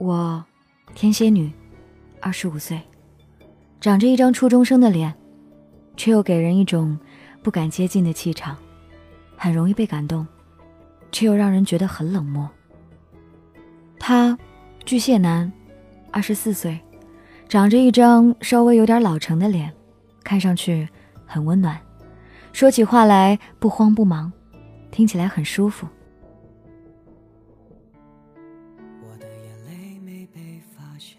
我天蝎女，25岁，长着一张初中生的脸，却又给人一种不敢接近的气场，很容易被感动，却又让人觉得很冷漠。他巨蟹男，24岁，长着一张稍微有点老成的脸，看上去很温暖，说起话来不慌不忙，听起来很舒服。 我的眼泪没被发现，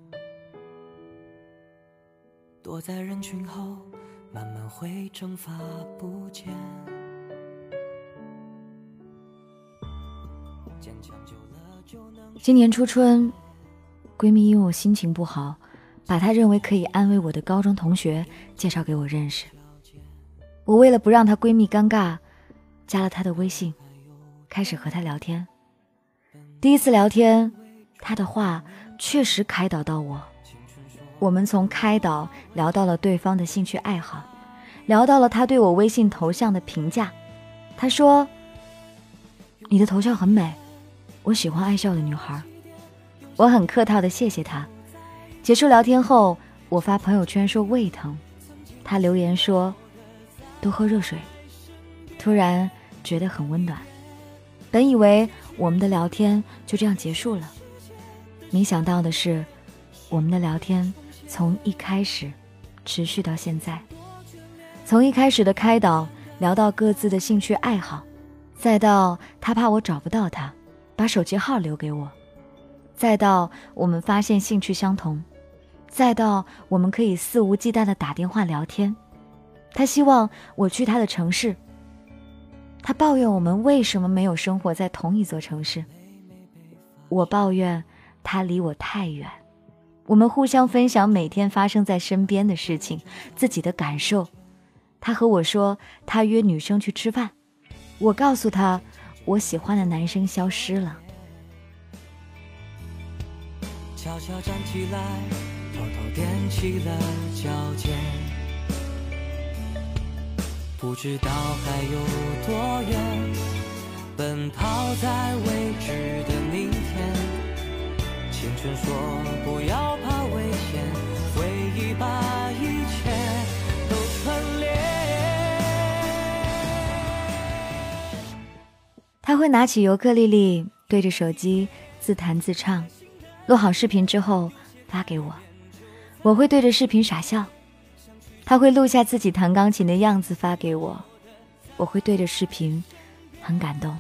躲在人群后慢慢会蒸发不见，坚强久了就能。 今年初春，闺蜜因为我心情不好，把她认为可以安慰我的高中同学介绍给我认识。我为了不让她闺蜜尴尬，加了她的微信，开始和她聊天。第一次聊天，她的话确实开导到我。我们从开导聊到了对方的兴趣爱好，聊到了她对我微信头像的评价。她说：“你的头像很美，我喜欢爱笑的女孩。”我很客套地谢谢她。结束聊天后，我发朋友圈说胃疼，她留言说多喝热水。突然觉得很温暖。本以为我们的聊天就这样结束了，没想到的是，我们的聊天从一开始持续到现在，从一开始的开导聊到各自的兴趣爱好，再到他怕我找不到他，把手机号留给我，再到我们发现兴趣相同，再到我们可以肆无忌惮地打电话聊天。他希望我去他的城市，他抱怨我们为什么没有生活在同一座城市，我抱怨他离我太远。我们互相分享每天发生在身边的事情，自己的感受。他和我说他约女生去吃饭，我告诉他我喜欢的男生消失了。 悄悄站起来，偷偷踮起了脚尖，不知道还有多远，奔跑在未知的明天。青春说不要怕危险，回忆把一切都串联。 他会拿起尤克里里，对着手机自弹自唱，录好视频之后发给我，我会对着视频傻笑。他会录下自己弹钢琴的样子发给我，我会对着视频很感动。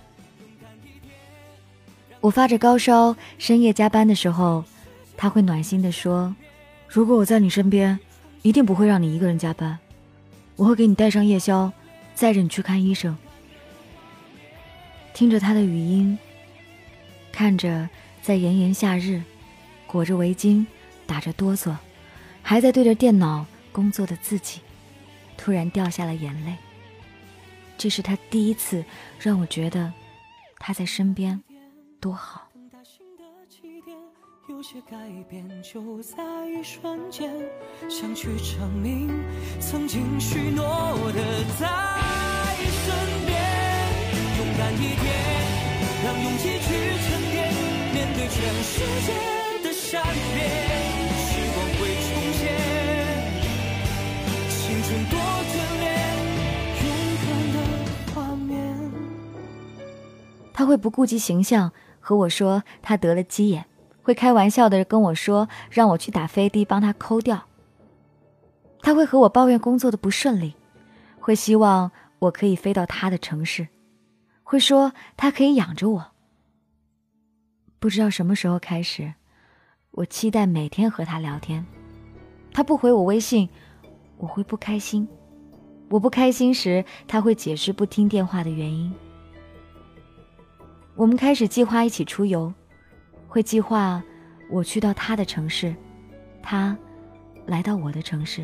我发着高烧，深夜加班的时候，他会暖心地说：“如果我在你身边，一定不会让你一个人加班，我会给你带上夜宵，载着你去看医生。”听着他的语音，看着在炎炎夏日裹着围巾打着哆嗦还在对着电脑工作的自己，突然掉下了眼泪。这是他第一次让我觉得他在身边多好。 有些改变就在一瞬间，想去证明曾经许诺的在身边，勇敢一点，让勇气去沉淀，面对全世界的善变，时光会重现，青春多眷恋，勇敢的画面。 他会不顾及形象和我说他得了鸡眼，会开玩笑的跟我说让我去打飞的帮他抠掉。他会和我抱怨工作的不顺利，会希望我可以飞到他的城市，会说他可以养着我。不知道什么时候开始，我期待每天和他聊天。他不回我微信，我会不开心。我不开心时，他会解释不听电话的原因。我们开始计划一起出游，会计划我去到他的城市，他来到我的城市。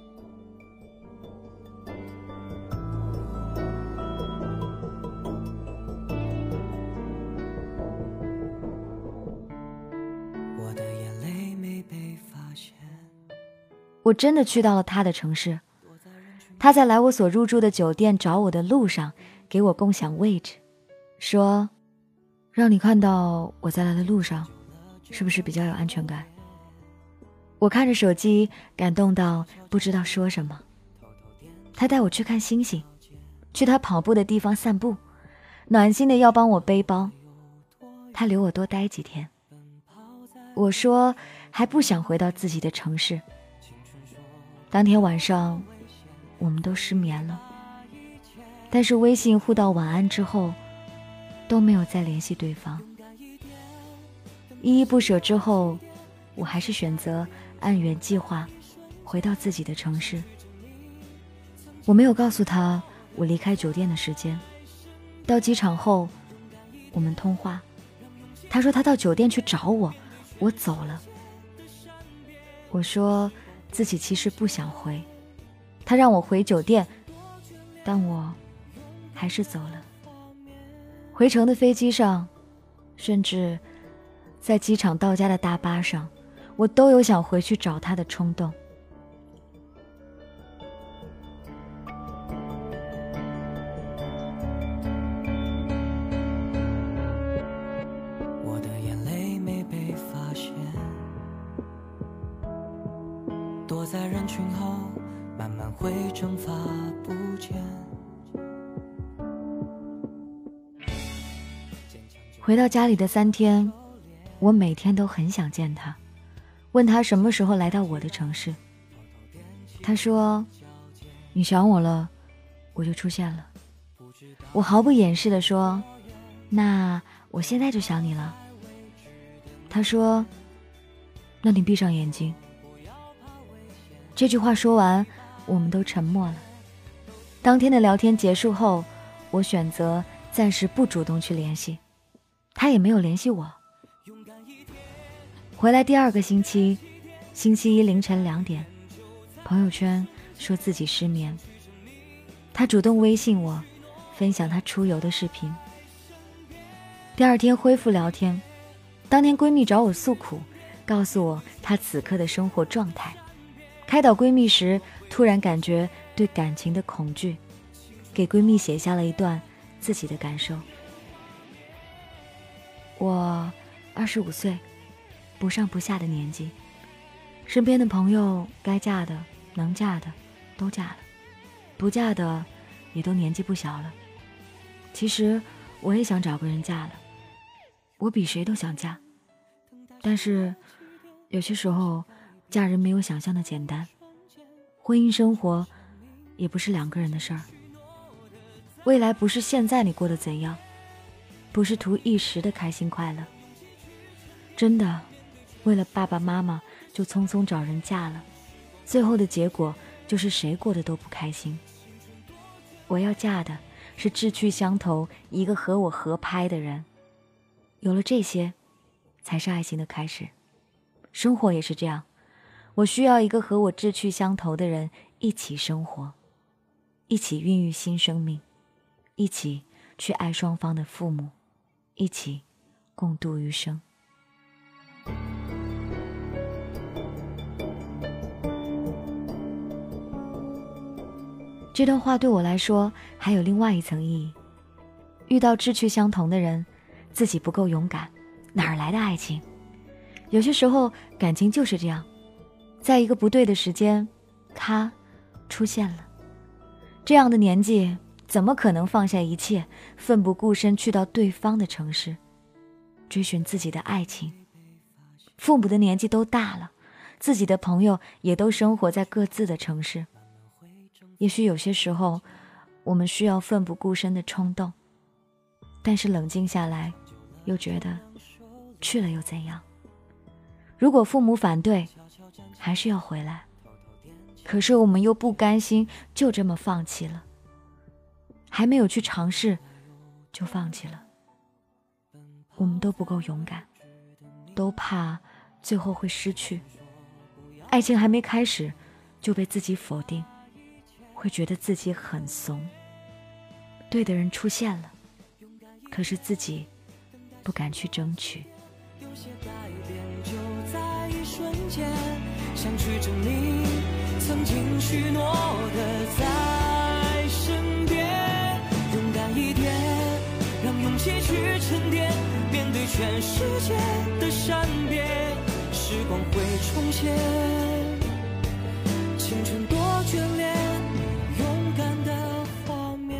我的眼泪没被发现， 我真的去到了他的城市。他在来我所入住的酒店找我的路上，给我共享位置，说让你看到我在来的路上， 是不是比较有安全感？我看着手机，感动到不知道说什么。他带我去看星星，去他跑步的地方散步，暖心的要帮我背包。他留我多待几天。我说还不想回到自己的城市。当天晚上我们都失眠了，但是微信互道晚安之后都没有再联系对方。依依不舍之后，我还是选择按原计划回到自己的城市。我没有告诉他我离开酒店的时间。到机场后我们通话，他说他到酒店去找我，我走了。我说自己其实不想回，他让我回酒店，但我还是走了。回程的飞机上，甚至在机场到家的大巴上，我都有想回去找他的冲动。 我的眼泪没被发现，躲在人群后慢慢会蒸发不见。 回到家里的3天，我每天都很想见他，问他什么时候来到我的城市。他说你想我了，我就出现了。我毫不掩饰地说，那我现在就想你了。他说那你闭上眼睛。这句话说完，我们都沉默了。当天的聊天结束后，我选择暂时不主动去联系，他也没有联系我。回来第2个星期，星期一凌晨2点，朋友圈说自己失眠。他主动微信我，分享他出游的视频。第2天恢复聊天，当天闺蜜找我诉苦，告诉我她此刻的生活状态。开导闺蜜时，突然感觉对感情的恐惧，给闺蜜写下了一段自己的感受。我25岁，不上不下的年纪，身边的朋友该嫁的能嫁的都嫁了，不嫁的也都年纪不小了。其实我也想找个人嫁了，我比谁都想嫁，但是有些时候嫁人没有想象的简单，婚姻生活也不是2个人的事儿。未来不是现在你过得怎样，不是图一时的开心快乐。真的为了爸爸妈妈就匆匆找人嫁了，最后的结果就是谁过得都不开心。我要嫁的是志趣相投，一个和我合拍的人。有了这些，才是爱情的开始。生活也是这样，我需要一个和我志趣相投的人一起生活，一起孕育新生命，一起去爱双方的父母，一起共度余生。这段话对我来说还有另外一层意义。遇到志趣相同的人，自己不够勇敢，哪儿来的爱情？有些时候感情就是这样，在一个不对的时间，他出现了。这样的年纪，怎么可能放下一切，奋不顾身去到对方的城市，追寻自己的爱情？父母的年纪都大了，自己的朋友也都生活在各自的城市。也许有些时候，我们需要奋不顾身的冲动，但是冷静下来，又觉得去了又怎样？如果父母反对，还是要回来。可是我们又不甘心就这么放弃了，还没有去尝试就放弃了。我们都不够勇敢，都怕最后会失去。爱情还没开始就被自己否定，会觉得自己很怂。对的人出现了，可是自己不敢去争取。 有些改变就在一瞬间，想去证明曾经许诺的在身边，勇敢一点，让勇气去沉淀，面对全世界的善变，时光会重现，青春多眷恋，勇敢的画面。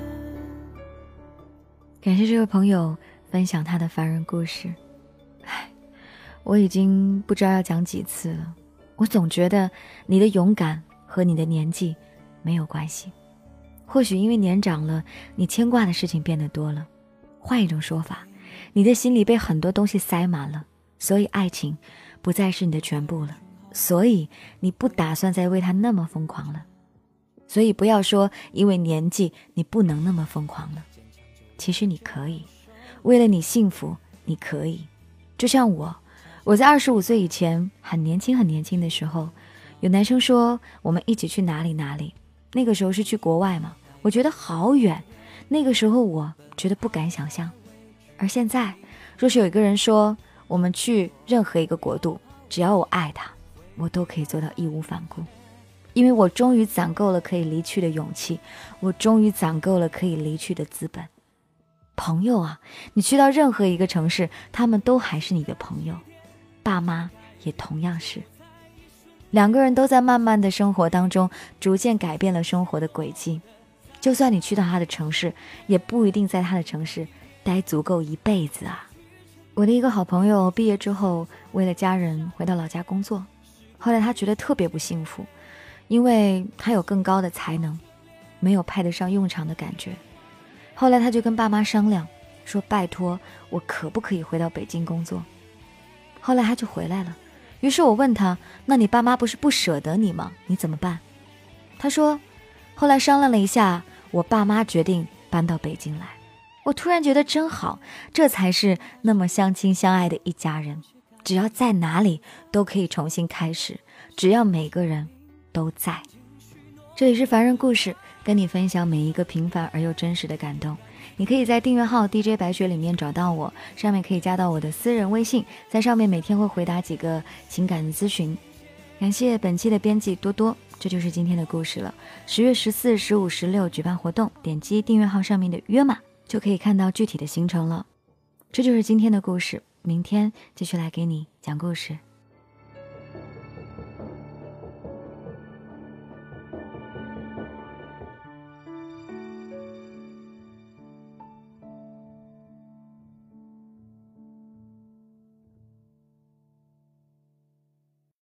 感谢这位朋友分享他的凡人故事。我已经不知道要讲几次了，我总觉得你的勇敢和你的年纪没有关系，或许因为年长了，你牵挂的事情变得多了。换一种说法，你的心里被很多东西塞满了，所以爱情不再是你的全部了，所以你不打算再为他那么疯狂了。所以不要说因为年纪你不能那么疯狂了，其实你可以，为了你幸福你可以。就像我在25岁以前很年轻的时候，有男生说我们一起去哪里哪里，那个时候是去国外嘛，我觉得好远，那个时候我觉得不敢想象。而现在若是有一个人说我们去任何一个国度，只要我爱他，我都可以做到义无反顾，因为我终于攒够了可以离去的勇气，我终于攒够了可以离去的资本。朋友啊，你去到任何一个城市，他们都还是你的朋友，爸妈也同样是。两个人都在慢慢的生活当中逐渐改变了生活的轨迹，就算你去到他的城市，也不一定在他的城市待足够一辈子啊。我的一个好朋友毕业之后，为了家人回到老家工作，后来他觉得特别不幸福，因为他有更高的才能，没有派得上用场的感觉。后来他就跟爸妈商量，说拜托我可不可以回到北京工作。后来他就回来了，于是我问他，那你爸妈不是不舍得你吗？你怎么办？他说，后来商量了一下，我爸妈决定搬到北京来。我突然觉得真好，这才是那么相亲相爱的一家人，只要在哪里都可以重新开始，只要每个人都在。这里是凡人故事，跟你分享每一个平凡而又真实的感动。你可以在订阅号 DJ 白雪里面找到我，上面可以加到我的私人微信，在上面每天会回答几个情感咨询。感谢本期的编辑多多，这就是今天的故事了。10月14、15、16举办活动，点击订阅号上面的约码就可以看到具体的行程了。这就是今天的故事，明天继续来给你讲故事。